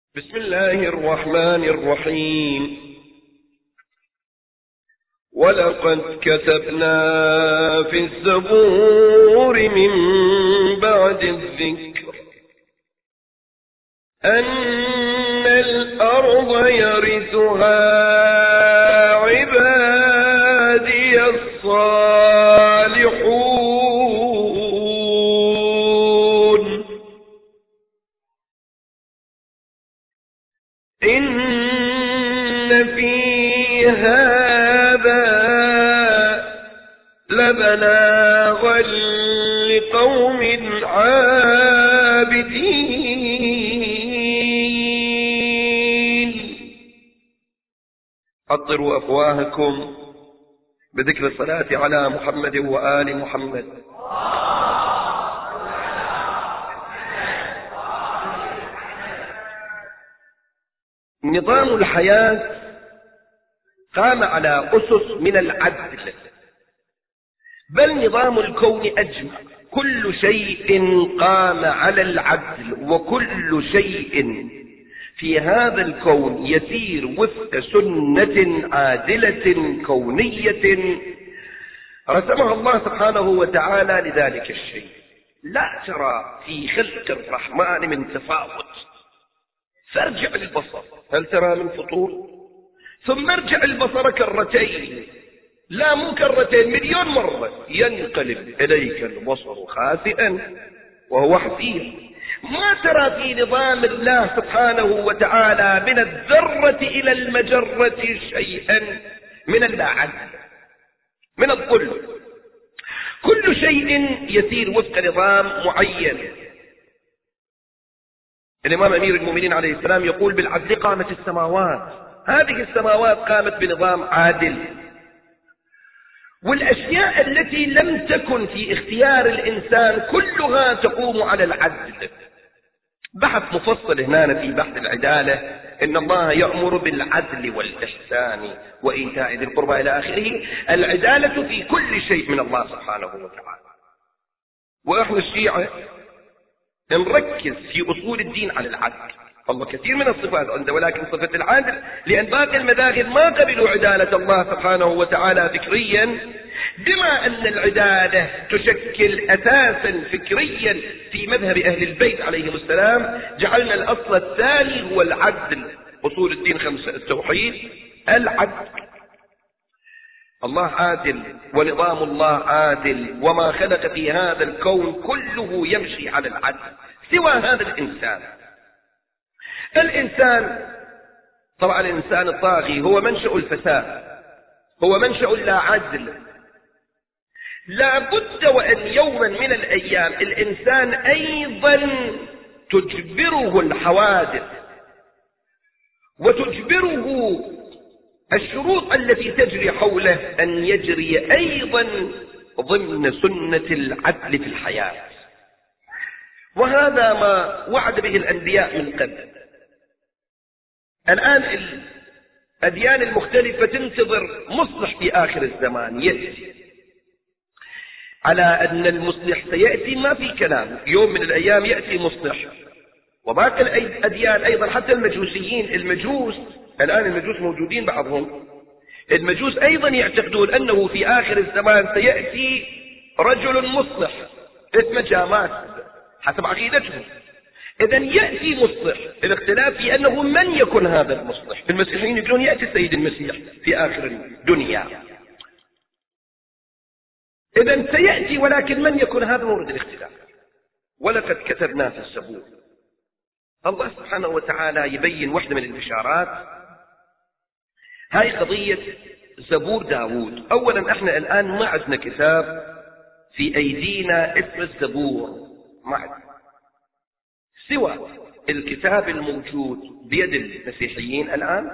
بسم الله الرحمن الرحيم. ولقد كتبنا في الزبور من بعد الذكر أن الأرض يرثها عبادي الصالحون إن في هذا لبلاغا لقوم عابدين. أطروا أفواهكم بذكر الصلاة على محمد وآل محمد. نظام الحياة قام على أسس من العدل، بل نظام الكون أجمع كل شيء قام على العدل، وكل شيء في هذا الكون يسير وفق سنة عادلة كونية رسمها الله سبحانه وتعالى لذلك الشيء. لا ترى في خلق الرحمن من تفاوت، فارجع للبصر هل ترى من فطور؟ ثم ارجع البصر كرتين، لا مو كرتين، مليون مرة، ينقلب إليك البصر خاسئا وهو حسير. ما ترى في نظام الله سبحانه وتعالى من الذرة إلى المجرة شيئا من اللاعب، من الظلم. كل شيء يسير وفق نظام معين. الإمام أمير المؤمنين عليه السلام يقول: بالعدل قامت السماوات. هذه السماوات قامت بنظام عادل، والأشياء التي لم تكن في اختيار الإنسان كلها تقوم على العدل. بحث مفصل هنا في بحث العدالة، إن الله يأمر بالعدل والإحسان وإيتاء ذي القربى إلى آخره. العدالة في كل شيء من الله سبحانه وتعالى. وإحنا الشيعة نركز في أصول الدين على العدل. الله كثير من الصفات عنده، ولكن صفة العدل، لأن باقي المذاهب ما قبلوا عدالة الله سبحانه وتعالى فكريا، بما أن العدالة تشكل أساسا فكريا في مذهب أهل البيت عليهم السلام. جعلنا الأصل الثاني هو العدل. أصول الدين خمسة: التوحيد، العدل. الله عادل ونظام الله عادل، وما خلق في هذا الكون كله يمشي على العدل سوى هذا الإنسان. الإنسان طبعا الإنسان الطاغي هو منشأ الفساد، هو منشأ اللا عدل. لا بد وأن يوما من الأيام الإنسان أيضا تجبره الحوادث وتجبره الشروط التي تجري حوله أن يجري أيضا ضمن سنة العدل في الحياة. وهذا ما وعد به الأنبياء من قبل. الآن الأديان المختلفة تنتظر مصلح في آخر الزمان يأتي، على أن المصلح سيأتي، ما في كلام، يوم من الأيام يأتي مصلح. وباقي الأديان أيضا، حتى المجوسيين، المجوس الآن المجوس موجودين بعضهم، المجوس أيضا يعتقدون أنه في آخر الزمان سيأتي رجل مصلح اسمه جامات حسب عقيدتهم. إذن يأتي مصلح، الاختلاف في أنه من يكون هذا المصلح. المسيحيين يقولون يأتي السيد المسيح في آخر الدنيا. إذن سيأتي، ولكن من يكون هذا مورد الاختلاف. ولقد كتبنا في الزبور. الله سبحانه وتعالى يبين واحدة من البشارات، هاي قضية زبور داود. أولا احنا الآن ما عندنا كتاب في أيدينا اسم الزبور، ما عندنا سوى الكتاب الموجود بيد المسيحيين الآن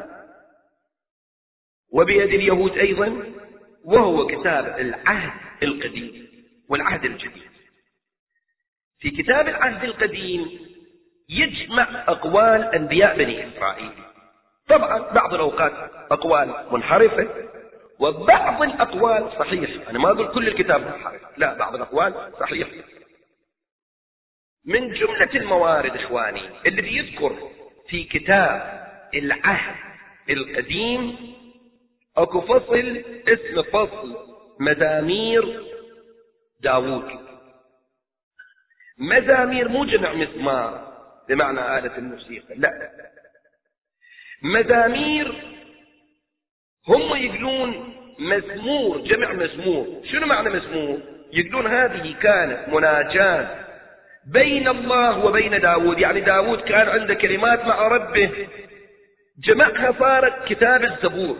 وبيد اليهود أيضا، وهو كتاب العهد القديم والعهد الجديد. في كتاب العهد القديم يجمع أقوال أنبياء بني إسرائيل. طبعا بعض الأوقات أقوال منحرفة، وبعض الأقوال صحيحة. أنا ما أقول كل الكتاب منحرف، لا، بعض الأقوال صحيحة. من جملة الموارد إخواني اللي بيذكر في كتاب العهد القديم اكو فصل اسمه فصل مزامير داوود. مزامير مو جمع مسمار بمعنى آلة الموسيقى، لا، مزامير هم يقولون مزمور جمع مزمور. شنو معنى مزمور؟ يقولون هذه كانت مناجاة بين الله وبين داود، يعني داود كان عنده كلمات مع ربه جمعها صارت كتاب الزبور.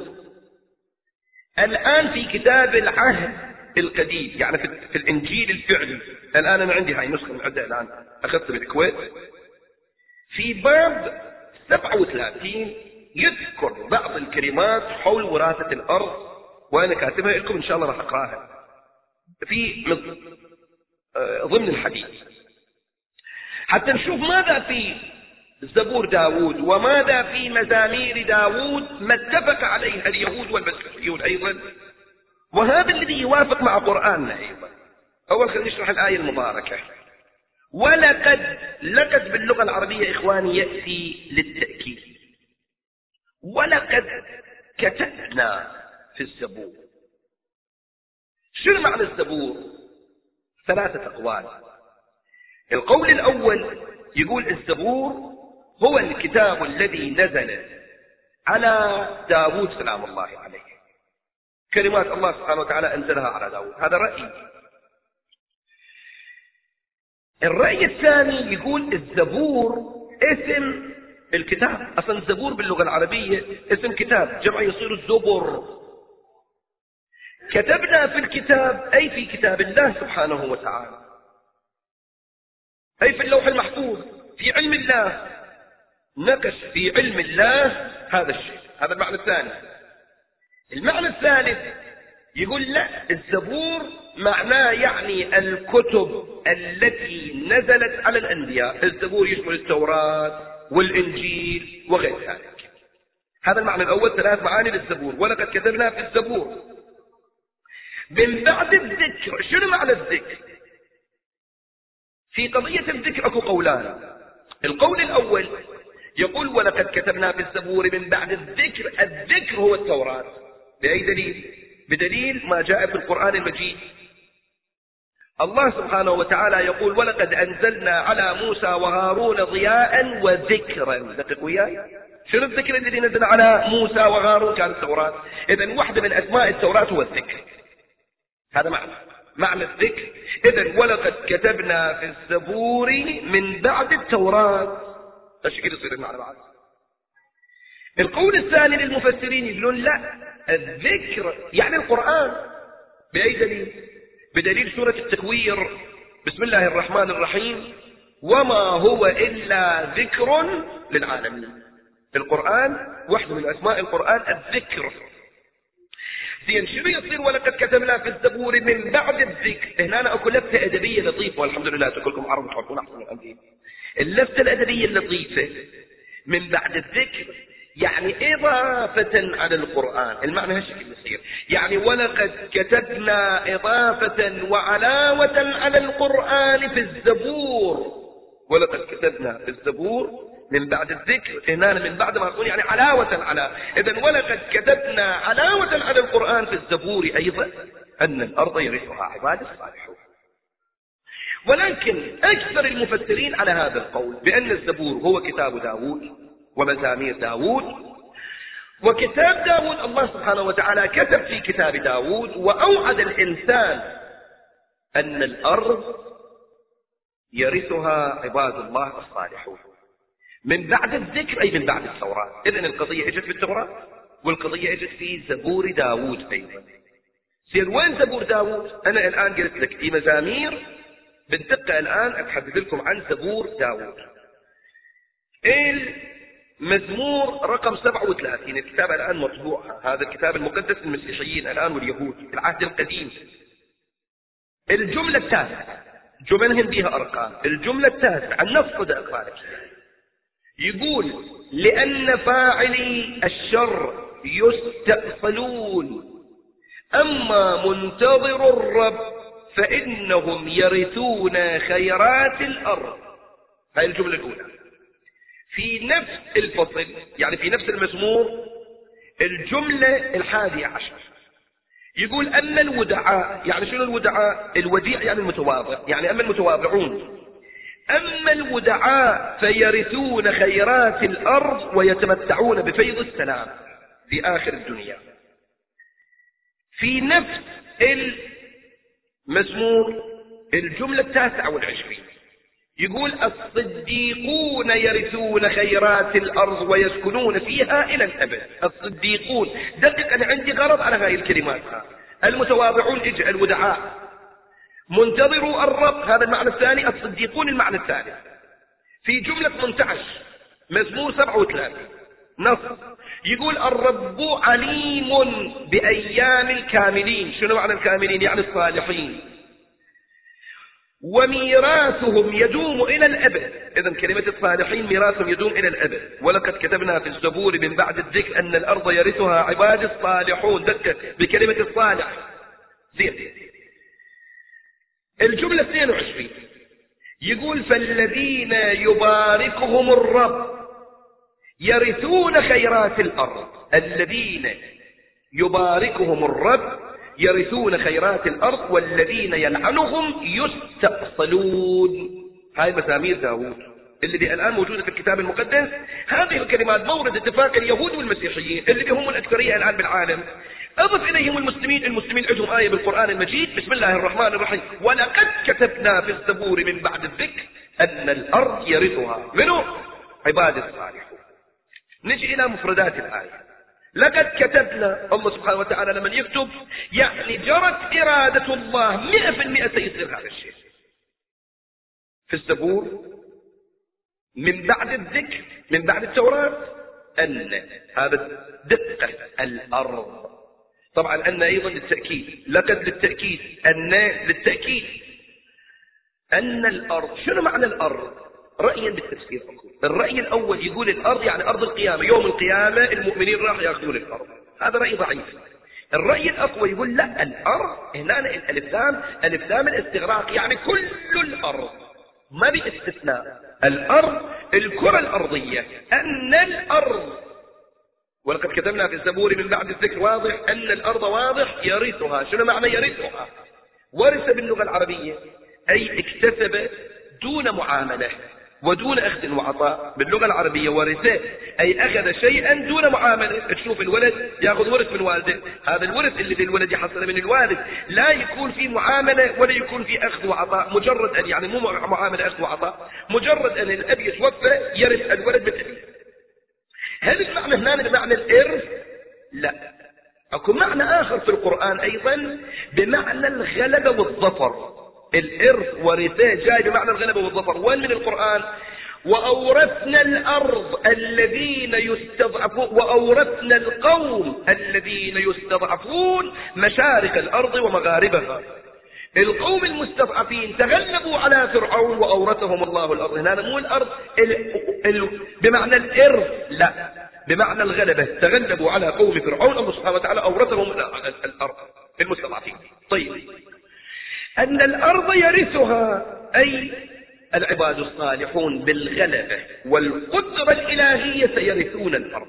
الآن في كتاب العهد القديم، يعني في الإنجيل الفعلي، الآن أنا عندي هاي نسخة من عندها الآن أخذتها بالكويت، في باب 37 يذكر بعض الكلمات حول وراثة الأرض، وأنا كاتبها لكم إن شاء الله راح أقراها في ضمن الحديث حتى نشوف ماذا في زبور داود وماذا في مزامير داود ما اتفق عليها اليهود والمسيحيون أيضا، وهذا الذي يوافق مع قرآننا أيضا. أول خلينا نشرح الآية المباركة. لقد باللغة العربية إخواني يأتي للتأكيد. ولقد كتبنا في الزبور. شنو معنى الزبور؟ 3 أقوال. القول الأول يقول الزبور هو الكتاب الذي نزل على داود سلام الله عليه، كلمات الله سبحانه وتعالى أنزلها على داود. هذا رأي. الرأي الثاني يقول الزبور اسم الكتاب. أصلا الزبور باللغة العربية اسم كتاب، جمع يصير الزبر. كتبنا في الكتاب أي في كتاب الله سبحانه وتعالى، أي في اللوح المحفوظ، في علم الله، نقش في علم الله هذا الشيء. هذا المعنى الثاني. المعنى الثالث يقول لا، الزبور معناه يعني الكتب التي نزلت على الأنبياء. الزبور يشمل التوراة والإنجيل وغير ذلك. هذا المعنى الأول. 3 معاني للزبور. ولقد كتبنا في الزبور. من بعد الذكر. شنو معنى الذكر؟ في قضية الذكر اكو قولان. القول الأول يقول ولقد كتبنا في الزبور من بعد الذكر. الذكر هو التوراة. بأي دليل؟ بدليل ما جاء في القرآن المجيد. الله سبحانه وتعالى يقول ولقد أنزلنا على موسى وهارون ضياء وذكرا. دقق وياي، شنو الذكر الذي نزل على موسى وهارون؟ كان التوراة. إذن واحدة من أسماء التوراة هو الذكر. هذا معنى الذكر. إذن ولقد كتبنا في الزبور من بعد التوراة. ايش كده يصير المعنى بعد؟ القول الثاني للمفسرين يقولون لا، الذكر يعني القرآن. بأي دليل؟ بدليل سورة التكوير بسم الله الرحمن الرحيم وما هو إلا ذكر للعالمين. القرآن واحدة من أسماء القرآن الذكر. زين، شنو يصير ولقد كتبنا في الزبور من بعد الذكر؟ هنا أنا أكو لفتة أدبية لطيفة، والحمد لله كلكم عرب تحبون أحسن من عندي. اللفتة الأدبية اللطيفة من بعد الذكر يعني إضافة على القرآن. المعنى هالشكل يصير، يعني ولقد كتبنا إضافة وعلاوة على القرآن في الزبور. ولقد كتبنا في الزبور من بعد الذكر. هنا من بعد ما أقول يعني علاوة على. إذن ولقد كتبنا علاوة على القرآن في الزبور أيضا أن الأرض يرثها عباد الصالحون. ولكن أكثر المفسرين على هذا القول بأن الزبور هو كتاب داود ومزامير داود. وكتاب داود الله سبحانه وتعالى كتب في كتاب داود وأوعد الإنسان أن الأرض يرثها عباد الله الصالحون من بعد الذكر، أي من بعد التوراة. إذن القضية اجت في التوراة والقضية اجت في زبور داود أيضا. سير وين زبور داود؟ أنا الآن قلت لك في مزامير بالدقة. الآن أتحدث لكم عن زبور داود. المزمور رقم 37. الكتاب الآن مطبوع، هذا الكتاب المقدس للمسيحيين الآن واليهود في العهد القديم. الجملة التاسعة، جملهم بها أرقام. الجملة التاسعة النص ده يقول لأن فاعلي الشر يستأصلون أما منتظر الرب فإنهم يرثون خيرات الأرض. هاي الجملة الأولى. في نفس الفصل، يعني في نفس المزمور، الجملة 11 يقول أما الودعاء، يعني شنو الودعاء؟ الوديع يعني المتواضع، يعني أما المتواضعون، أما الودعاء فيرثون خيرات الأرض ويتمتعون بفيض السلام في آخر الدنيا. في نفس المزمور الجملة 29 يقول الصديقون يرثون خيرات الأرض ويسكنون فيها إلى الأبد. الصديقون، دقق، أنا عندي غرض على هذه الكلمات. المتواضعون إجا، الودعاء، منتظروا الرب، هذا المعنى الثاني، الصديقون المعنى الثالث. في جملة 18 مزمور 37 نص يقول الرب عليم بأيام الكاملين. شنو معنى الكاملين؟ يعني الصالحين. وميراثهم يدوم إلى الأبد. إذن كلمة الصالحين ميراثهم يدوم إلى الأبد. ولقد كتبنا في الزبور من بعد الذكر أن الأرض يرثها عباد الصالحون. دقق بكلمة الصالح. زين. الجملة 22 يقول فالذين يباركهم الرب يرثون خيرات الأرض. الذين يباركهم الرب يرثون خيرات الأرض والذين يلعنهم يستأصلون. هاي مسامير داود اللي الآن موجودة في الكتاب المقدس. هذه الكلمات مورد اتفاق اليهود والمسيحيين اللي هم الأكثرية الآن بالعالم. أضف إليهم المسلمين عندهم آية بالقرآن المجيد بسم الله الرحمن الرحيم ولقد كتبنا في الزبور من بعد الذكر أن الأرض يرثها منه عباد الصالحون. نجي إلى مفردات الآية. لقد كتبنا، الله سبحانه وتعالى لمن يكتب يعني جرت إرادة الله 100% سيصير هذا الشيء. في الزبور من بعد الذكر، من بعد التوراة، أن هذا دقة الأرض. طبعا أن أيضا للتأكيد، لقد للتأكيد، أن للتأكيد. أن الأرض، شنو معنى الأرض؟ رأيا بالتفسير. الرأي الأول يقول الأرض يعني أرض القيامة، يوم القيامة المؤمنين راح يأخذون الأرض. هذا رأي ضعيف. الرأي الأقوى يقول لا، الأرض هنا الألف لام الاستغراق، يعني كل الأرض ما باستثناء. الأرض الكرة الأرضية. أن الأرض، ولقد كتبنا في الزبور من بعد الذكر، واضح أن الأرض واضح يرثها. شنو معنى يرثها؟ ورث باللغة العربية أي اكتسب دون معاملة ودون أخذ وعطاء. باللغة العربية ورثه أي أخذ شيئا دون معاملة. تشوف الولد يأخذ ورث من والده، هذا الورث اللي الولد يحصل من الوالد لا يكون في معاملة ولا يكون في أخذ وعطاء، مجرد أن يعني مو معاملة أخذ وعطاء، مجرد أن الأب يتوفى يرث الولد بالأبي. هل المعنى هنا بمعنى الإرث؟ لا، أكو معنى آخر في القرآن أيضا بمعنى الغلبة والظفر. الإرث ورثاه جاي بمعنى الغلبة والظفر. وين من القرآن؟ وأورثنا الأرض الذين يستضعفون، وأورثنا القوم الذين يستضعفون مشارق الأرض ومغاربها. القوم المستضعفين تغلبوا على فرعون وأورثهم الله الأرض. هنا مو الأرض بمعنى الإرث، لا، بمعنى الغلبة. تغلبوا على قوم فرعون، الله سبحانه وتعالى أورثهم الأرض المستضعفين. طيب، أن الأرض يرثها أي العباد الصالحون بالغلبة والقدرة الإلهية سيرثون الأرض.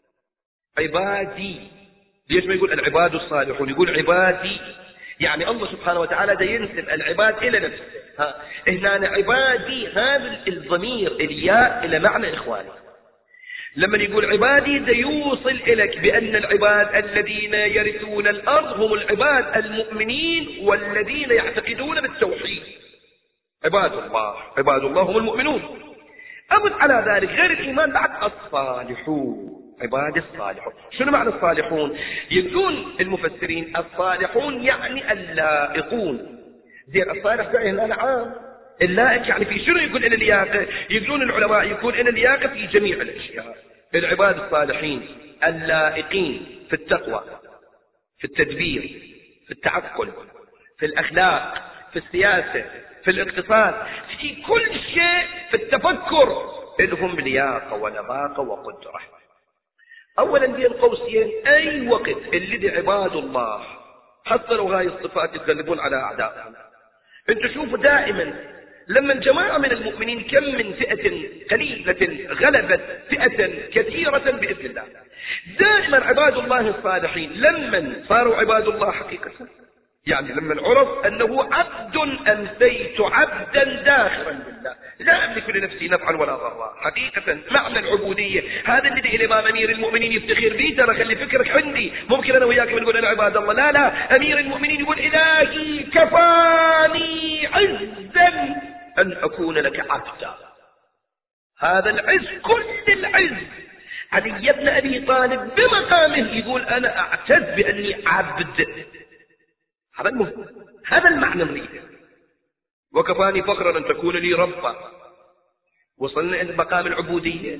عبادي، ليش ما يقول العباد الصالحون؟ يقول عبادي، يعني الله سبحانه وتعالى دا ينسب العباد إلى نفسه. هنا عبادي، هذا الضمير الياء إلى معنى إخواني. لما يقول عبادي دا يوصل إليك بأن العباد الذين يرثون الأرض هم العباد المؤمنين والذين يعتقدون بالتوحيد. عباد الله هم المؤمنون. أبد على ذلك غير الإيمان بعد الصالحون، عباد الصالحون. شنو معنى الصالحون؟ يقولون المفسرين الصالحون يعني اللائقون. زين، الصالح جاي هنا عام، اللائق يعني في شنو؟ يقول إلى اللياقة. يقولون العلماء يكون إلى اللياقة في جميع الأشياء. العباد الصالحين اللائقين في التقوى، في التدبير، في التعقل، في الأخلاق، في السياسة، في الاقتصاد، في كل شيء، في التفكر، لهم لياقة ولباقة وقدرة. أولا بين قوسين أي وقت اللي عباد الله حصلوا هاي الصفات يتغلبون على أعدائهم. انتوا شوفوا دائما لما جماعة من المؤمنين كم من فئة قليلة غلبت فئة كثيرة بإذن الله. دائما عباد الله الصالحين لما صاروا عباد الله حقيقة، يعني لما عرف أنه عبد أمسيت عبدا داخلا بالله لا أملك لنفسي نفعا ولا ضرا، حقيقة معنى العبودية هذا الذي الإمام أمير المؤمنين يفتخر به. ترى خلي فكرك عندي، ممكن أنا وياك نقول أنا عباد الله، لا لا، أمير المؤمنين يقول إلهي كفاني عزا أن أكون لك عبدا. هذا العز كل العز. علي بن أبي طالب بمقامه يقول أنا أعتز بأني عبد. هذا المعنى مريد. وكفاني فخرا أن تكون لي ربا. وصلنا إلى مقام العبودية.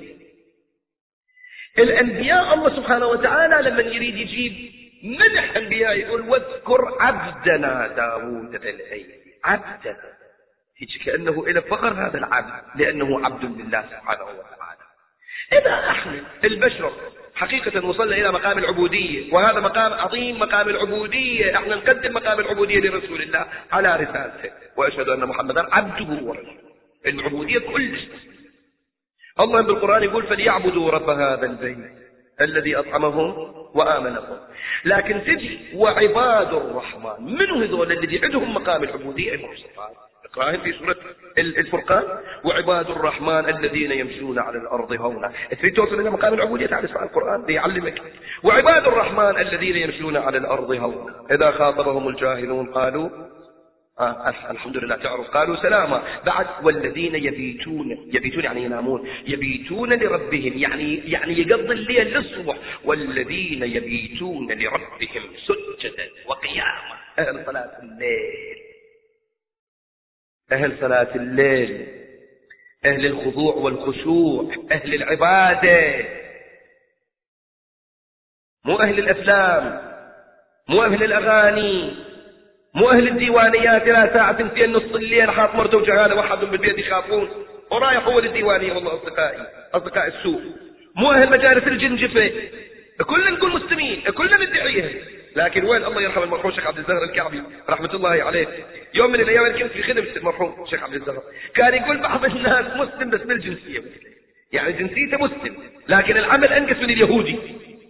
الأنبياء الله سبحانه وتعالى لما يريد يجيب مدح أنبياء يقول واذكر عبدنا داود ذا الأيدي. عبدنا هيك كأنه إلى فخر هذا العبد لأنه عبد لله سبحانه وتعالى. إذا احنا البشر حقيقة وصلنا إلى مقام العبودية، وهذا مقام عظيم، مقام العبودية. احنا نقدم مقام العبودية لرسول الله على رسالته، وأشهد أن محمدا عبده ورسوله. العبودية كل شيء. الله بالقرآن يقول فليعبدوا رب هذا البيت الذي أطعمهم وآمنهم. لكن تجي وعباد الرحمن، من هذول الذي عندهم مقام العبودية المصطفى؟ اقراهم في سورة الفرقان. وعباد الرحمن الذين يمشون على الأرض هونا. تريد توصل إلى مقام العبودية تعال اسمع القرآن بيعلمك. وعباد الرحمن الذين يمشون على الأرض هونا إذا خاطبهم الجاهلون قالوا الحمد لله تعرف قالوا سلاما. بعد والذين يبيتون يعني ينامون، يبيتون لربهم يعني يقضي الليل للصبح. والذين يبيتون لربهم سجدا وقياما. أهل صلاة الليل، أهل صلاة الليل، أهل الخضوع والخشوع، أهل العبادة، مو أهل الأفلام، مو أهل الأغاني، مو أهل الديوانيات إلى ساعة 2 نص الليل حاط مرته وجهاله وحد بالبيت يخافون ورايح هو للديوانية. والله أصدقاء السوء. مو أهل مجالس الجنجفة. كلنا نقول مسلمين، كلنا ندعيها، لكن وين الله يرحم المرحوم شيخ عبد الزهر الكعبي رحمة الله عليه. يوم من الأيام كنت في خدمة المرحوم شيخ عبد الزهر، كان يقول بعض الناس مسلم بس بالجنسية، يعني جنسيته مسلم لكن العمل أنقص من اليهودي.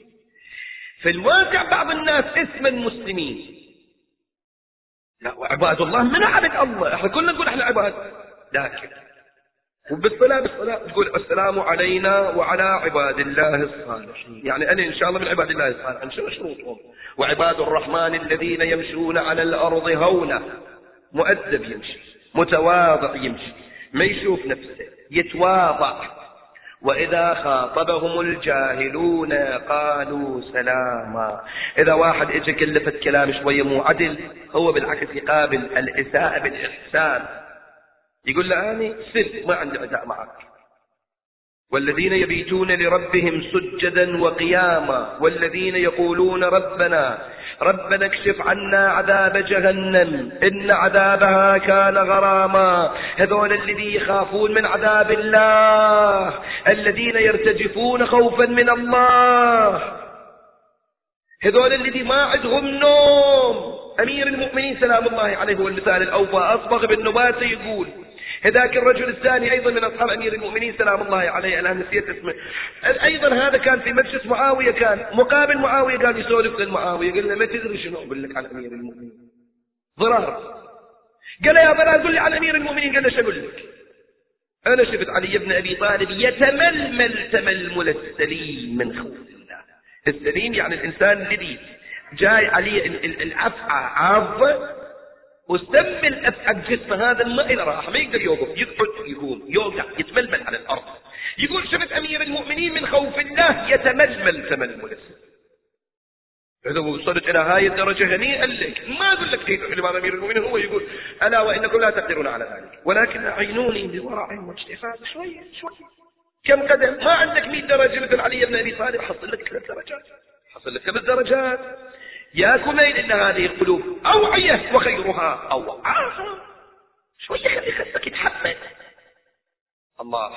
في الواقع بعض الناس اسما مسلمين لا وعباد الله من عبد الله. احنا كلنا نقول احنا عباد، لكن وبالصلاة تقول السلام علينا وعلى عباد الله الصالحين، يعني أنا إن شاء الله من عباد الله الصالحين. شنو شروطهم؟ وعباد الرحمن الذين يمشون على الأرض هونا، مؤدب يمشي، متواضع يمشي، ما يشوف نفسه، يتواضع. وإذا خاطبهم الجاهلون قالوا سلاما. إذا واحد اجى كلفت كلام شوية مو عدل، هو بالعكس يقابل الإساءة بالإحسان، يقول له أنا سر ما عندي عداء معك. والذين يبيتون لربهم سجدا وقياما. والذين يقولون ربنا اكشف عنا عذاب جهنم إن عذابها كان غراما. هذول الذين يخافون من عذاب الله، الذين يرتجفون خوفا من الله، هذول الذين ما عندهم نوم. أمير المؤمنين سلام الله عليه هو المثال الأوفى. أصبغ بالنبات يقول هذاك الرجل الثاني أيضا من أصحاب أمير المؤمنين سلام الله عليه، أنا نسيت اسمه، أيضا هذا كان في مجلس معاوية، كان مقابل معاوية، قال يسولف للمعاوية قال له ما تدري شنو أقول لك عن أمير المؤمنين؟ ضرار. قال له يا ضرار قل لي عن أمير المؤمنين. قال له شو أقول لك؟ أنا شفت علي بن أبي طالب يتململ تململ السليم من خوف الله. السليم يعني الإنسان الذي جاي عليه الأفعى عاضة وسم الأفعى جسمه، هذا ما إلى راحة، ما يقدر يوقف، يقعد يقوم يوقع يتململ على الأرض. يقول شفت أمير المؤمنين من خوف الله يتململ تململ. إذا وصلت إلى هاي الدرجة هنيئا لك. ما أقول لك كيف الإمام أمير المؤمنين هو يقول ألا وإنكم لا تقدرون على ذلك ولكن أعينوني بورع واجتهاد شوية. كم قدم؟ ما عندك 100 درجة مثل علي بن أبي طالب، حصل لك 3 درجات، حصل لك 5 درجات. يا كميل إن هذه القلوب أوعية وخيرها أوعاها. شوية خلي خلك يتحمل. الله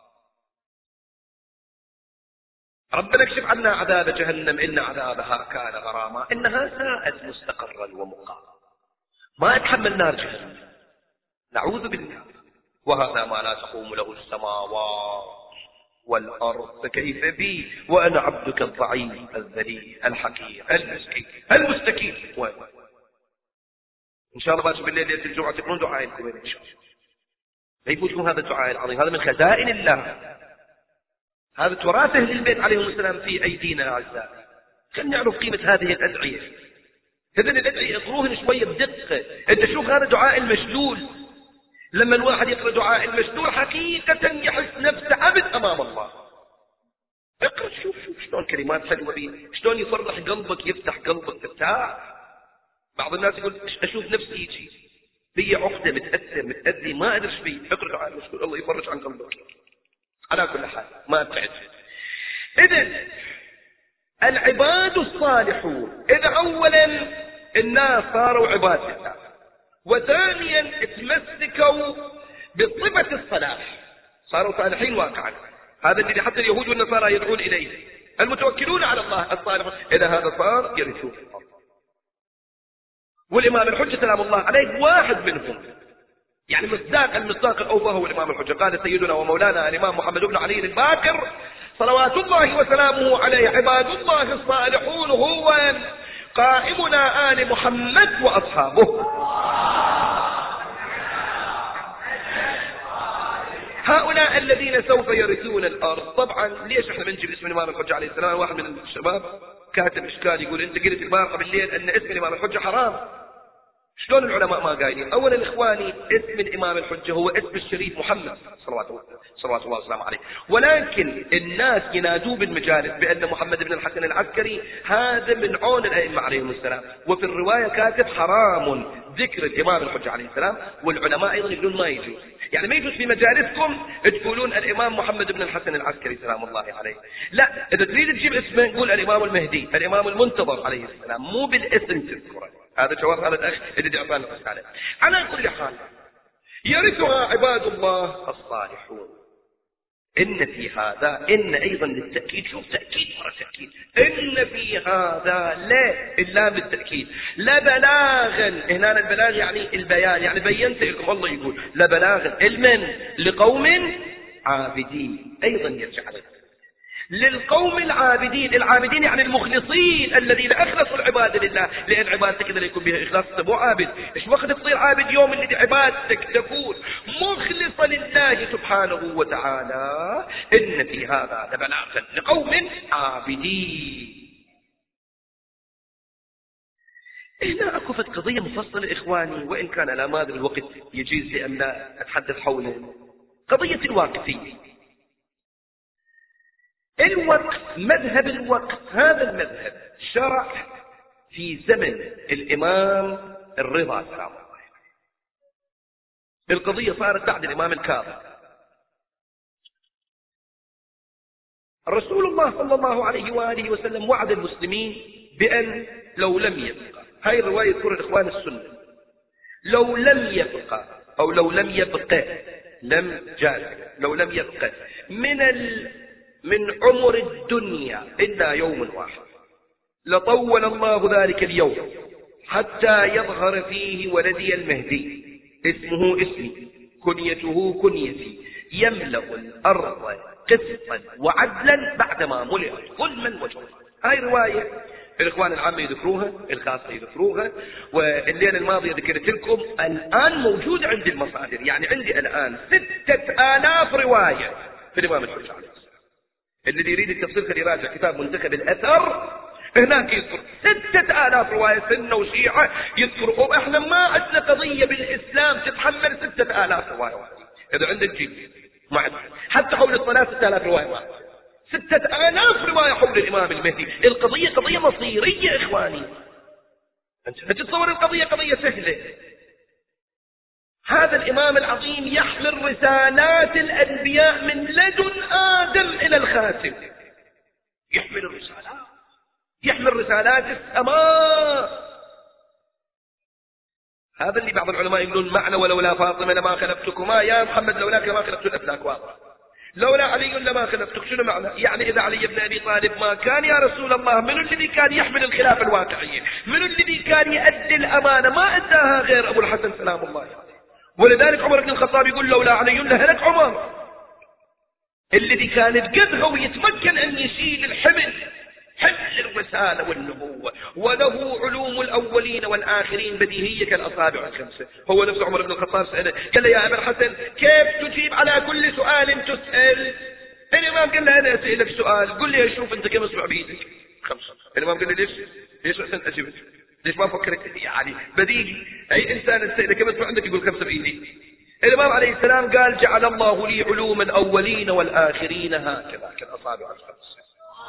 ربنا اكشف عنا عذاب جهنم إن عذابها كان غراما إنها ساءت مستقرا ومقاما. ما أتحمل نار جهنم، نعوذ بالله. وهذا ما لا تقوم له السماوات والأرض فكيف بي وأنا عبدك الضعيف الذليل الحقير المسكين المستكين. إن شاء الله باكر بالليل ليلة الجمعة تقولون دعاء الكويت إن شاء الله، لا يفوتكم هذا الدعاء العظيم، هذا من خزائن الله، هذا تراث أهل البيت عليهم السلام في أيدينا الأعزاء. خلينا نعرف قيمة هذه الأدعية. هذين الأدعية اقروهن شوية بدقة. أنت شوف هذا دعاء المشلول، لما الواحد يقرأ دعاء المشلول حقيقة يحس نفسه عبد أمام الله. اقرأ شوف شلون كلمات حلوة بيه، شلون يفرح قلبك يفتح قلبك ترتاح. بعض الناس يقول أشوف نفسي يجي بي عقدة متأثر متأذي ما أدري ايش بيه، اقرأ دعاء المشلول الله يفرج عن قلبك. على كل حال ما أبتعد. إذن العباد الصالحون، إذا أولا الناس صاروا عباد لله، وثانيا اتمسكوا بصفة الصلاح صاروا صالحين واقعا. هذا الذي حتى اليهود والنصارى يدعون إليه، المتوكلون على الله الصالحون. إذا هذا صار يرثون. والإمام الحجة سلام الله عليه واحد منهم، يعني المصداق الأوفى هو الإمام الحجة. قال سيدنا ومولانا الإمام محمد بن علي الباقر صلوات الله وسلامه عليه: عباد الله الصالحون هو قائمنا آل محمد وأصحابه. هؤلاء الذين سوف يرثون الأرض. طبعا ليش احنا بنجيب اسم الإمام الحجة عليه السلام؟ واحد من الشباب كاتب إشكال يقول أنت قلت البارحة بالليل أن اسم الإمام الحجة حرام. شلون العلماء ما قايلين؟ أولا إخواني اسم الإمام الحجة هو اسم الشريف محمد صلوات الله وسلامه عليه، ولكن الناس ينادوه بالمجالس بأن محمد بن الحسن العسكري هذا من عون الأئمة عليهم السلام. وفي الرواية كاتب حرام ذكر الإمام الحجة عليه السلام، والعلماء أيضا يقولون ما يجوز. يعني ما يجوز في مجالسكم تقولون الإمام محمد بن الحسن العسكري سلام الله عليه. لا، إذا تريد تجيب اسمه نقول الإمام المهدي، الإمام المنتظر عليه السلام، مو بالاسم تذكره. هذا جواب هذا الأخ اللي أعطانا الرسالة. على كل حال يرثها عباد الله الصالحون. إن في هذا، إن أيضا للتأكيد، شوف تأكيد مرة تأكيد، إن في هذا لا إلا بالتأكيد لبلاغا. هنا البلاغ يعني البيان، يعني بينت لكم. الله يقول لبلاغا علما لقوم عابدين، أيضا يرجع لك للقوم العابدين. العابدين يعني المخلصين الذين أخلصوا العبادة لله، لأن عبادتك إذا يكون بها إخلاص مو عابد. إيش وقت تصير عابد؟ يوم اللي عبادتك تكون مخلصة لله سبحانه وتعالى. إن في هذا لبلاغا لقوم عابدين. هنا أكفت قضية مفصلة إخواني، وإن كان لا ما أدري الوقت يجيز لأن أتحدث حوله. قضية الواقفية. الوقف، مذهب الوقف، هذا المذهب شرع في زمن الإمام الرضا سلام الله عليه. القضية صارت بعد الإمام الكاظم. رسول الله صلى الله عليه وآله وسلم وعد المسلمين بأن لو لم يبقى، هاي الرواية تذكر الإخوان السنة، لو لم يبقى أو لو لم يبقى لم جاز، لو لم يبقى من عمر الدنيا إلا يوم واحد لطول الله ذلك اليوم حتى يظهر فيه ولدي المهدي، اسمه اسمي كنيته كنيتي، يملأ الأرض قسطا وعدلا بعدما ملئت ظلما وجورا. هاي رواية الإخوان العامة يذكروها، الخاصة يذكروها، والليلة الماضية ذكرت لكم الآن موجود عندي المصادر. يعني عندي الآن 6000 رواية في الإمام الحجة عليه السلام. الذي يريد التفصيل خلي يراجع كتاب منتخب الأثر، هناك يذكر 6000 رواية سنة وشيعة يذكروا. احنا ما عندنا قضية بالإسلام تتحمل 6000 رواية. إذا عندك جيب ما عندنا حتى حول الصلاة 6000 رواية، 6000 رواية حول الإمام المهدي. القضية قضية مصيرية إخواني. أنت تتصور القضية قضية سهلة. هذا الإمام العظيم يحمل رسالات الأنبياء من لدن آدم إلى الخاتم، يحمل الرسالات، يحمل رسالات السماء. هذا اللي بعض العلماء يقولون معنى ولولا فاطمة لما خلقتكما، يا محمد لولاك ما خلقت الأفلاك، واضح. لولا علي لما خلقتك، شنو معنى؟ يعني إذا علي بن أبي طالب ما كان يا رسول الله، من الذي كان يحمل الخلافة الواقعية؟ من الذي كان يؤدي الأمانة؟ ما أداها غير أبو الحسن سلام الله عليه. ولذلك عمر بن الخطاب يقول لولا علي لهلك عمر، الذي كان قدها ويتمكن أن يشيل الحمل، حمل الرسالة والنبوة، وله علوم الأولين والآخرين بديهية كالأصابع الخمسة. هو نفس عمر بن الخطاب سأله، قال له يا أبا الحسن كيف تجيب على كل سؤال تسأل؟ الإمام قال له أنا أسألك سؤال، قل لي أشوف أنت كم أصبع بإيدك؟ 5. الإمام قال لي ليش أحسن أجبت؟ ليش ما فكرت؟ يعني بديهي أي إنسان تسأله كم أصبع عندك يقول 5 بإيدي. الإمام عليه السلام قال جعل الله لي علوم الأولين والآخرين هكذا كالأصابع الخمسة.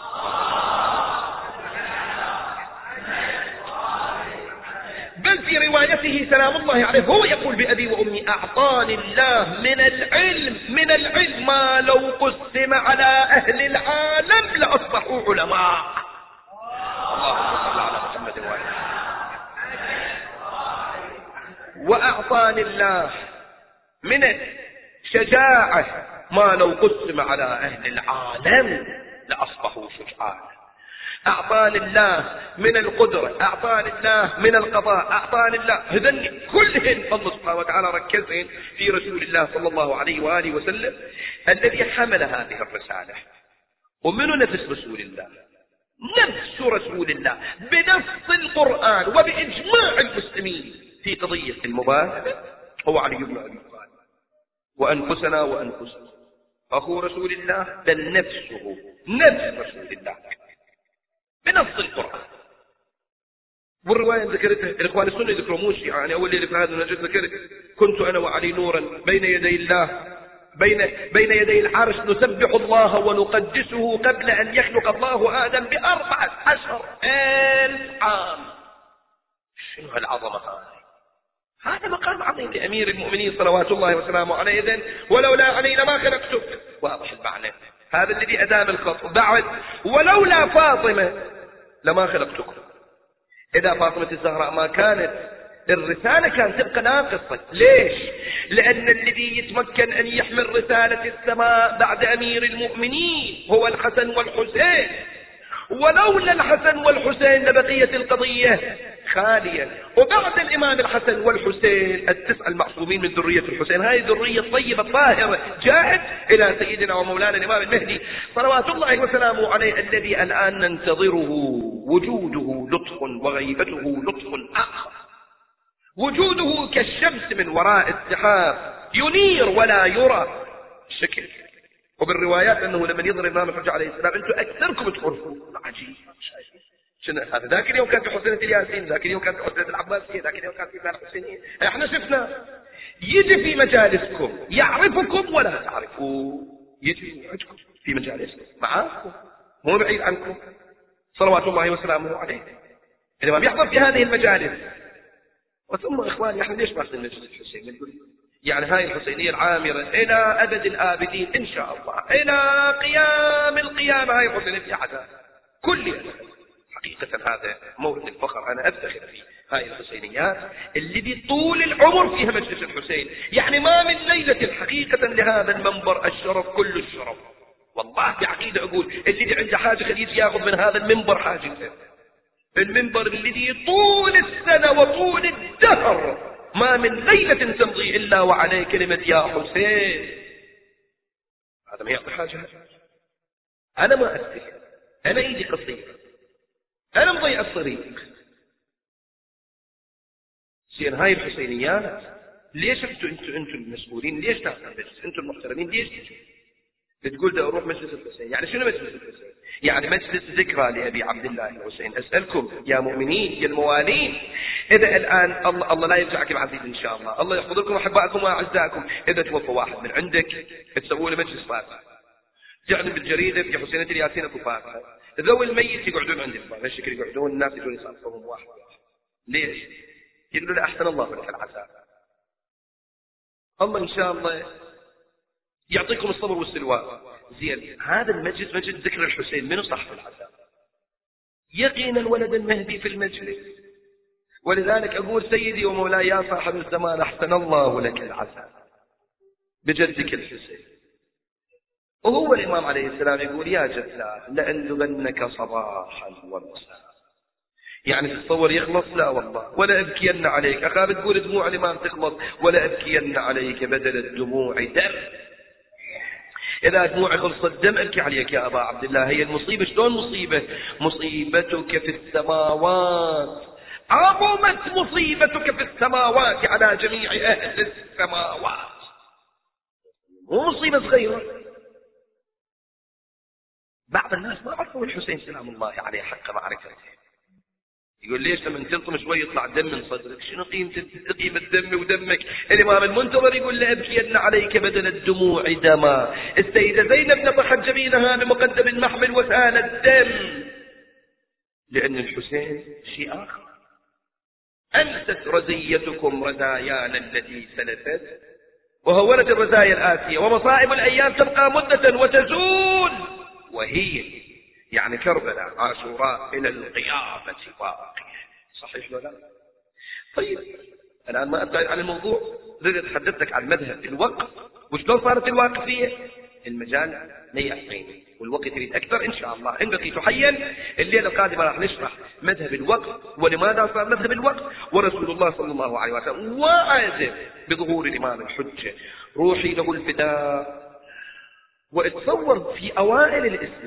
بل في روايته سلام الله عليه هو يقول بأبي وأمي أعطاني الله من العلم ما لو قسم على أهل العالم لأصبحوا علماء. اللهم صل على محمد وآله. وأعطاني الله من الشجاعة ما لو قسم على أهل العالم لأصبحوا شجعاء. أعطاني الله من القدرة، أعطاني الله من القضاء، أعطاني الله، هذن كلهن الله سبحانه وتعالى ركزهن في رسول الله صلى الله عليه وآله وسلم الذي حمل هذه الرسالة. ومنه نفس رسول الله، نفس رسول الله بنص القرآن وبإجماع المسلمين في قضية المباهلة هو علي بن أبي طالب. وأنفسنا وأنفسنا أخو رسول الله بل نفسه نفس رسول الله بنص القرآن. والرواية ذكرتها الإخوان السنة يذكرون يعني أول ليلة في هذا المجلس ذكرت كنت أنا وعلي نورا بين يدي الله بين يدي العرش نسبح الله ونقدسه قبل أن يخلق الله آدم ب14,000 عام. شنو هالعظمة هذه؟ هذا مقام عظيم لأمير المؤمنين صلوات الله وسلامه عليه. إذن ولولا علي لما خلقتك، واضح المعنى، هذا الذي أدام الخط. بعد ولولا فاطمة لما خلقتكم. إذا فاطمة الزهراء ما كانت الرسالة كانت تبقى ناقصة. ليش؟ لأن الذي يتمكن أن يحمل رسالة السماء بعد أمير المؤمنين هو الحسن والحسين، ولولا الحسن والحسين لبقية القضية خاليا. وبعد الإمام الحسن والحسين 9 المعصومين من ذرية الحسين، هذه ذرية طيبة طاهرة جاءت إلى سيدنا ومولانا الإمام المهدي صلوات الله وسلامه عليه الذي الآن ننتظره. وجوده لطف وغيبته لطف آخر. وجوده كالشمس من وراء السحاب ينير ولا يرى الشكل. وبالروايات أنه لما يظهر الإمام الحجة عليه السلام أنتم أكثركم تعرفون. عجيب. شنو هذا؟ ذاك اليوم كان في حسينة الياسين، ذاك اليوم كان في حسينة العباسية، ذاك اليوم كان في الحسينية. احنا شفنا يجي في مجالسكم يعرفكم ولا تعرفوا، يجي يعجكم في مجالسكم معاكم مو بعيد عنكم صلوات الله وسلامه عليه. الإمام يحضر في هذه المجالس. وثم إخواني احنا ليش باخذ مجلس الحسين؟ نقول يعني هاي الحسينية العامرة إلى أبد الآبدين إن شاء الله، إلى قيام القيامة هاي الحسينية في عذاب كل حقيقة. هذا مورد الفخر، أنا أفتخر في هاي الحسينيات اللي طول العمر فيها مجلس الحسين. يعني ما من ليلة حقيقة لهذا المنبر الشرف كل الشرف. والله بعقيدة أقول اللي عنده حاجة خليج يأخذ من هذا المنبر حاجته. المنبر الذي طول السنة وطول الدهر ما من ليلة تمضي إلا وعليه كلمة يا حسين. هذا ما يعطي حاجة. أنا ما أستحي، أنا إيدي قصير، أنا مضيع الطريق. زين هاي الحسينيات ليش انتم المسؤولين ليش تاخذون مجلس؟ انتم المحترمين ليش تقول ده اروح مجلس الحسين؟ يعني شنو مجلس الحسين؟ يعني مجلس ذكرى لأبي عبد الله الحسين. أسألكم يا مؤمنين يا الموالين، إذا الآن الله لا يرجعك بعزيز إن شاء الله، الله يحفظ لكم أحبائكم وأعزائكم، إذا توفى واحد من عندك تسووا له مجلس فاتحة، تعلن بالجريدة في حسينة الياسين أكو فاتحة، ذوي الميت يقعدون عندك هالشكل، يقعدون الناس يجون يصافحهم واحد. ليش؟ يقولوا له أحسن الله لك العذاب، الله إن شاء الله يعطيكم الصبر والسلوى. زين هذا المجلس مجلس ذكر الحسين، منو صاحب العذاب؟ يقينا الولد المهدي في المجلس. ولذلك أقول سيدي ومولاي يا صاحب الزمان أحسن الله لك العذاب بجدك الحسين. وهو الإمام عليه السلام يقول يا جداه لأندبنك صباحا ومساء يعني تتصور يخلص؟ لا والله. ولا أبكين عليك أخاف تقول دموع الإمام تخلص، ولا أبكين عليك بدل الدموع دم. إذا دموع خلصت دم أبكي عليك يا أبا عبد الله. هي المصيبة شلون مصيبة؟ مصيبتك في السماوات، عظمت مصيبتك في السماوات على جميع أهل السماوات، مو مصيبة صغيرة. بعض الناس ما عرفوا الحسين سلام الله عليه حق معرفته. يقول ليش لما تلطم شوي يطلع دم من صدرك؟ شنو قيمة دمي ودمك؟ الإمام المنتظر يقول لأبكين عليك بدل الدموع دما. السيدة زينب نطحت جبينها بمقدم محمل وسال الدم، لأن الحسين شيء آخر. أنست رزيتكم رزايانا التي سلفت، وهونت الرزايا الآتية، ومصائب الأيام تبقى مدة وتزول، وهي يعني كربلاء عاشوراء إلى القيامة باقية. صحيح ولا لا؟ طيب الآن ما أبعد عن الموضوع، رجل تحدثتك عن مذهب الوقف وشلون صارت الواقفية. المجال لا يعطيني والوقت يريد أكثر إن شاء الله. إن بقيت حيا الليلة القادمة راح نشرح مذهب الوقف ولماذا صار مذهب الوقف، ورسول الله صلى الله عليه وسلم وعد بظهور الإمام الحجة روحي له الفداء. واتصور في أوائل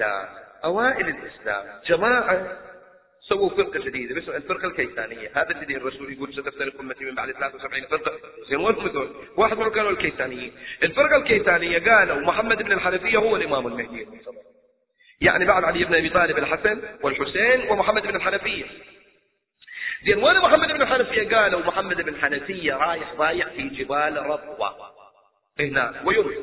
الإسلام جماعة سووا فرقة جديدة باسم الفرقة الكيسانية. هذا الذي الرسول يقول ستفترق أمتي من بعد 73 فرقة. زين وين مثل واحد منهم كانوا الكيسانيين. الفرقة الكيسانية قالوا محمد بن الحنفية هو الإمام المهدي، يعني بعد علي بن أبي طالب الحسن والحسين ومحمد بن الحنفية. زين وين محمد بن الحنفية؟ قالوا محمد بن الحنفية رايح ضايع في جبال رضوى هنا ويمشي،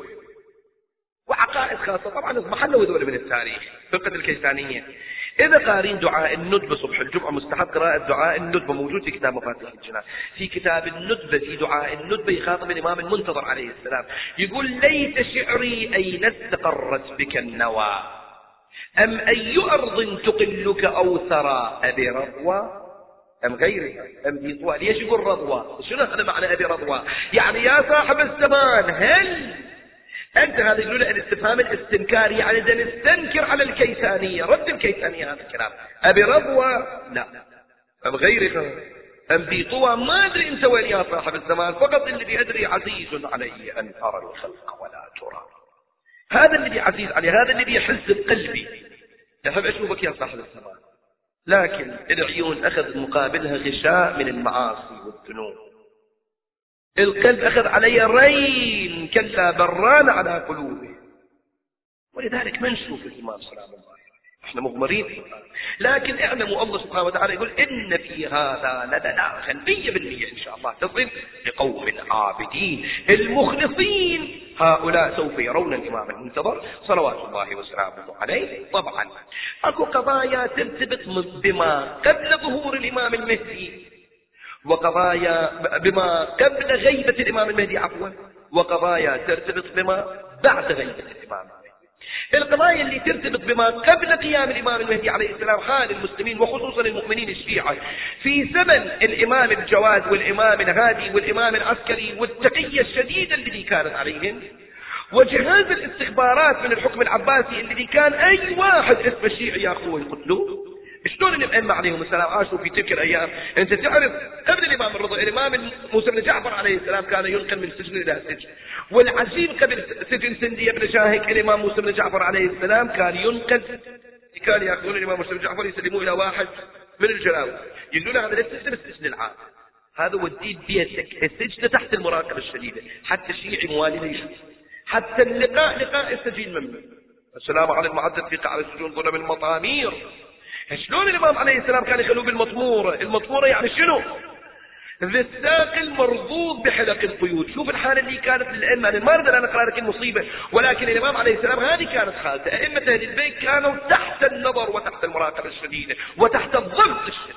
وعقائد خاصة طبعا محلوا ذول من التاريخ. فرقة الكيسانية إذا قارين دعاء الندبة صبح الجمعة مستحب قراءة دعاء الندبة، موجود في كتاب مفاتيح الجنان. في كتاب الندبة في دعاء الندبة يخاطب الإمام المنتظر عليه السلام يقول ليت شعري أين استقرت بك النوى، أم أي أرض تقلك أو ثرى، أبي رضوى أم غيرها أم ذي طوى. ليش يقول رضوى؟ شنو هذا معنى أبي رضوى؟ يعني يا صاحب الزمان هل أنت، هذا يقولون الاستفهام الاستنكاري، يعني إذا نستنكر على الكيسانية. رد الكيسانية هذا الكلام. أبي رضوى لا، أم غيرها أم ذي طوى، ما أدري أنت وين يا صاحب الزمان، فقط الذي أدري عزيز علي أن أرى الخلق ولا ترى. هذا الذي عزيز علي، هذا الذي يحس بقلبي، أحب أشوفك يا صاحب الزمان. لكن العيون أخذ مقابلها غشاء من المعاصي والذنوب، القلب أخذ علي رين كلا بران على قلوبه، ولذلك ما نشوف الإمام سلام الله احنا مغمرين. لكن اعلموا الله سبحانه وتعالى يقول إن في هذا لبلاغا 100% إن شاء الله تصل لقوم عابدين المخلصين، هؤلاء سوف يرون الإمام المنتظر صلوات الله وسلامه عليه. طبعا أكو قضايا ترتبط بما قبل ظهور الإمام المهدي، وقضايا بما قبل غيبة الإمام المهدي عفوا، وقضايا ترتبط بما بعد غيبة الإمام المهدي. القضايا اللي ترتبط بما قبل قيام الإمام المهدي عليه السلام حال المسلمين وخصوصا المؤمنين الشيعة في زمن الإمام الجواد والإمام الهادي والإمام العسكري والتقية الشديدة التي كانت عليهم، وجهاز الاستخبارات من الحكم العباسي الذي كان أي واحد اسمه الشيعي يأخذوه ويقتلوه. شلون الأئمة عليهم السلام عاشوا في تلك الأيام؟ أنت تعرف قبل الإمام الرضا الإمام موسى بن جعفر عليه السلام كان ينقل من سجن إلى سجن، والعجيب قبل سجن سندية بن شاهك الإمام موسى بن جعفر عليه السلام كان ينقل، كان يأخذون الإمام موسى بن جعفر يسلموه إلى واحد من الجلاوة يقولون هذا السجن السجن العام، هذا وديه بيتك، السجن تحت المراقبة الشديدة، حتى الشيعي موالي لا يشوف، حتى اللقاء لقاء السجين ممنوع. السلام على المعدد في قاع السجون ظلم المطامير. شلون الإمام عليه السلام كان يخلوه بالمطمورة؟ المطمورة يعني شنو؟ ذي الساق المرضوض بحلق القيود. شوف الحالة اللي كانت للأئمة. أنا ما أريد أن أقرأ لك المصيبة، ولكن الإمام عليه السلام هذه كانت حالته. أئمة أهل البيت كانوا تحت النظر وتحت المراقبة الشديدة وتحت الضغط الشديد،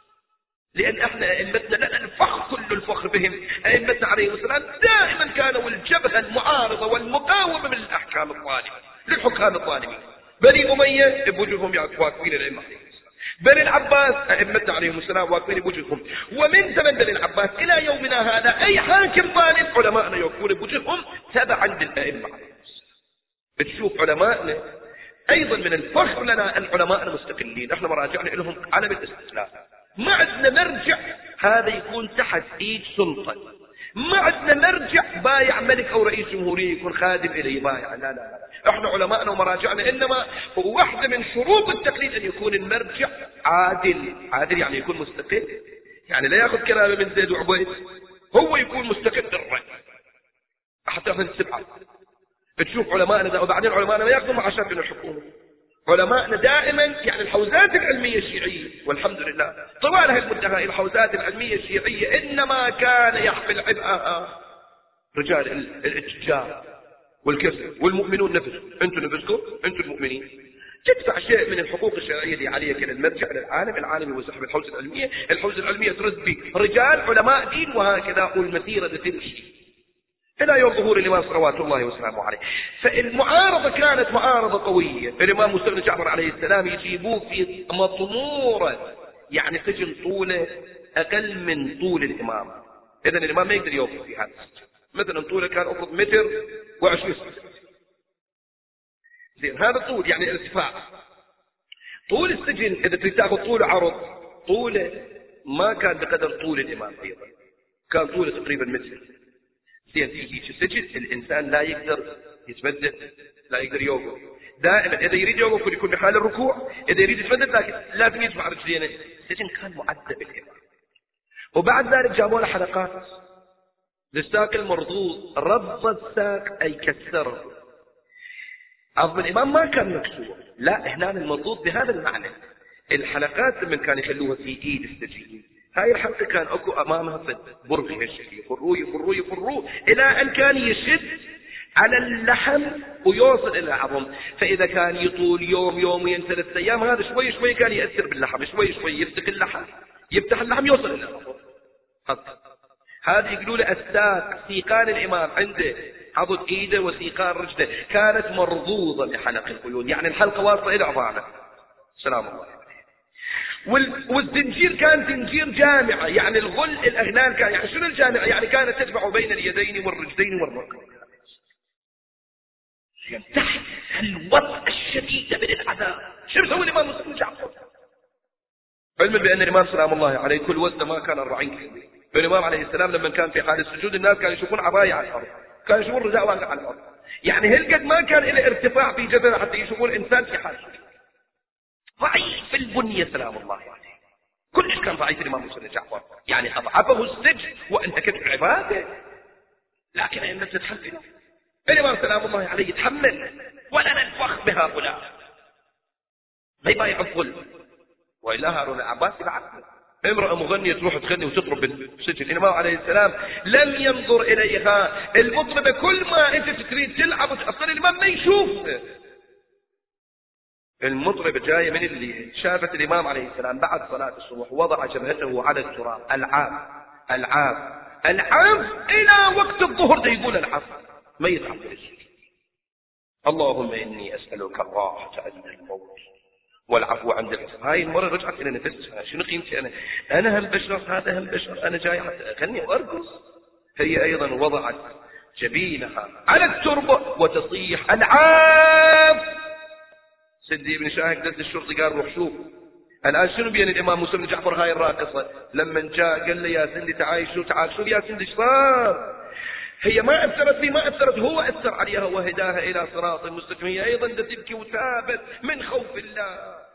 لأن احنا أئمتنا لنا الفخر كل الفخر بهم. أئمتنا عليه السلام دائما كانوا الجبهة المعارضة والمقاومة من الأحكام الظالمة للحكام الظالمين. بني أمية بوجههم واقفين الأئمة، بني العباس أئمتنا عليهم السلام واقفين بوجههم، ومن زمن بني العباس إلى يومنا هذا أي حاكم ظالم علماءنا يوقفون بوجههم تبعا للأئمة عليهم السلام. بتشوف علماءنا أيضا من الفخر لنا أن علماءنا مستقلين، احنا مراجعنا لهم علم الاستقلال، ما عندنا مرجع هذا يكون تحت ايد سلطة، ما عندنا مرجع بايع ملك او رئيس جمهورية يكون خادم اليه بايع، لا لا لا، احنا علماءنا ومراجعنا انما هو واحدة من شروط التقليد ان يكون المرجع عادل. عادل يعني يكون مستقل، يعني لا ياخذ كلامه من زيد وعبيد، هو يكون مستقل بالرأي حتى احنا نتبعه. بتشوف علماءنا وبعدين علماءنا ما ياخذوا معاشات من الحكومة، علماءنا دائما يعني الحوزات العلمية الشيعية والحمد لله طوال هالمدة هاي الحوزات العلمية الشيعية إنما كان يحمل عبئها رجال الاتجار والكسب والمؤمنون نفسهم. انتم نفسكم انتم المؤمنين تدفع شيء من الحقوق الشرعية اللي عليها كان المرجع للعالم، العالم يوزعها بالحوزة العلمية، الحوزة العلمية ترد برجال علماء دين، وهكذا والمسيرة تمشي إلى يوم ظهور الإمام صلوات الله وسلامه عليه. فالمعارضة كانت معارضة قوية. الإمام موسى بن جعفر عليه السلام يجيبوه في مطمورة، يعني سجن طوله أقل من طول الإمام، إذن الإمام ما يقدر يوقف في هذا السجن. مثلا طوله كان أفرض 1.20 متر، زين هذا طول يعني ارتفاع. طول السجن إذا تريد تاخذ طوله عرض، طوله ما كان بقدر طول الإمام أيضا، كان طوله تقريبا متر. في السجن الإنسان لا يقدر يتمدد، لا يقدر يوقف، دائما إذا يريد يوقف يكون بحال الركوع، إذا يريد يتمدد لكن لازم يجمع رجلينه. السجن كان مؤدب الإمام. وبعد ذلك جابوا له حلقات للساق المرضوض، ربط الساق أي كسره. عظم الإمام ما كان مكسور، لا هنا المرضوض بهذا المعنى. الحلقات لما كان يخلوها في إيد السجين، هاي الحلقة كان أكو أمامها برغي هالشكل، يفروه إلى أن كان يشد على اللحم ويوصل إلى العظم. فإذا كان يطول يوم يومين 3 أيام هذا شوي شوي كان يأثر باللحم، شوي شوي يفتح اللحم يوصل إلى العظم. هذا يقولوا له الساق، سيقان الإمام عنده عضد إيده وسيقان رجله كانت مرضوضة بحلق القيود، يعني الحلقة واصلة إلى عظامه سلام الله. والزنجير كان زنجير جامعة، يعني الغل الأغلال كان يعني شنو الجامعة؟ يعني كانت تجمع بين اليدين والرجلين والركبتين. تحت الوطأ الشديد من العذاب شو يسوي الإمام مسلم جعفر؟ علما بأن الإمام سلام الله عليه كل وزنه ما كان 40 كيلو. الإمام عليه السلام لما كان في حال السجود الناس كانوا يشوفون عباية على الأرض، كانوا يشوفون رداء واقع على الأرض، يعني هالقد ما كان له ارتفاع في جبهه حتى يشوفون الإنسان في حال ضعيف البنية سلام الله عليه. كلش كان ضعيف الإمام مسلم جعفر، يعني أضعفه السجن وانتكت العبادة، لكن الناس تتحمل. الإمام سلام الله عليه يتحمل، ولا ننفخ بهؤلاء ما يبايع الظلم. وإلا هارون العباس بعد امرأة مغنية تروح تغني وتطرب بالسجن، الإمام عليه السلام لم ينظر إليها. المطربة كل ما أنت تريد تلعب أصلا الإمام ما يشوف. المطربة جاية من الليل، شافت الإمام عليه السلام بعد صلاة الصبح وضع جبهته على التراب، العاب إلى وقت الظهر يقول العصر ما يتعب السجن. اللهم إني أسألك الراحة عند الموت والعفو عند العصر. هاي المرة رجعت إلى نفسها، شنو قيمتي أنا هم بشر، هذا هم بشر، أنا جاي حتى أغني وأرقص. هي أيضا وضعت جبينها على التربة وتصيح العاب. سيدي ابن شاهق دز الشرطي قال روح شوف الآن شنو بين الإمام موسى بن جعفر هاي الراقصة. لما جاء قال له يا سندي تعال شوف يا سندي ايش صار. هي ما أثرت هو أثر عليها وهداها إلى صراط مستقيم. هي أيضا تبكي وتابت من خوف الله.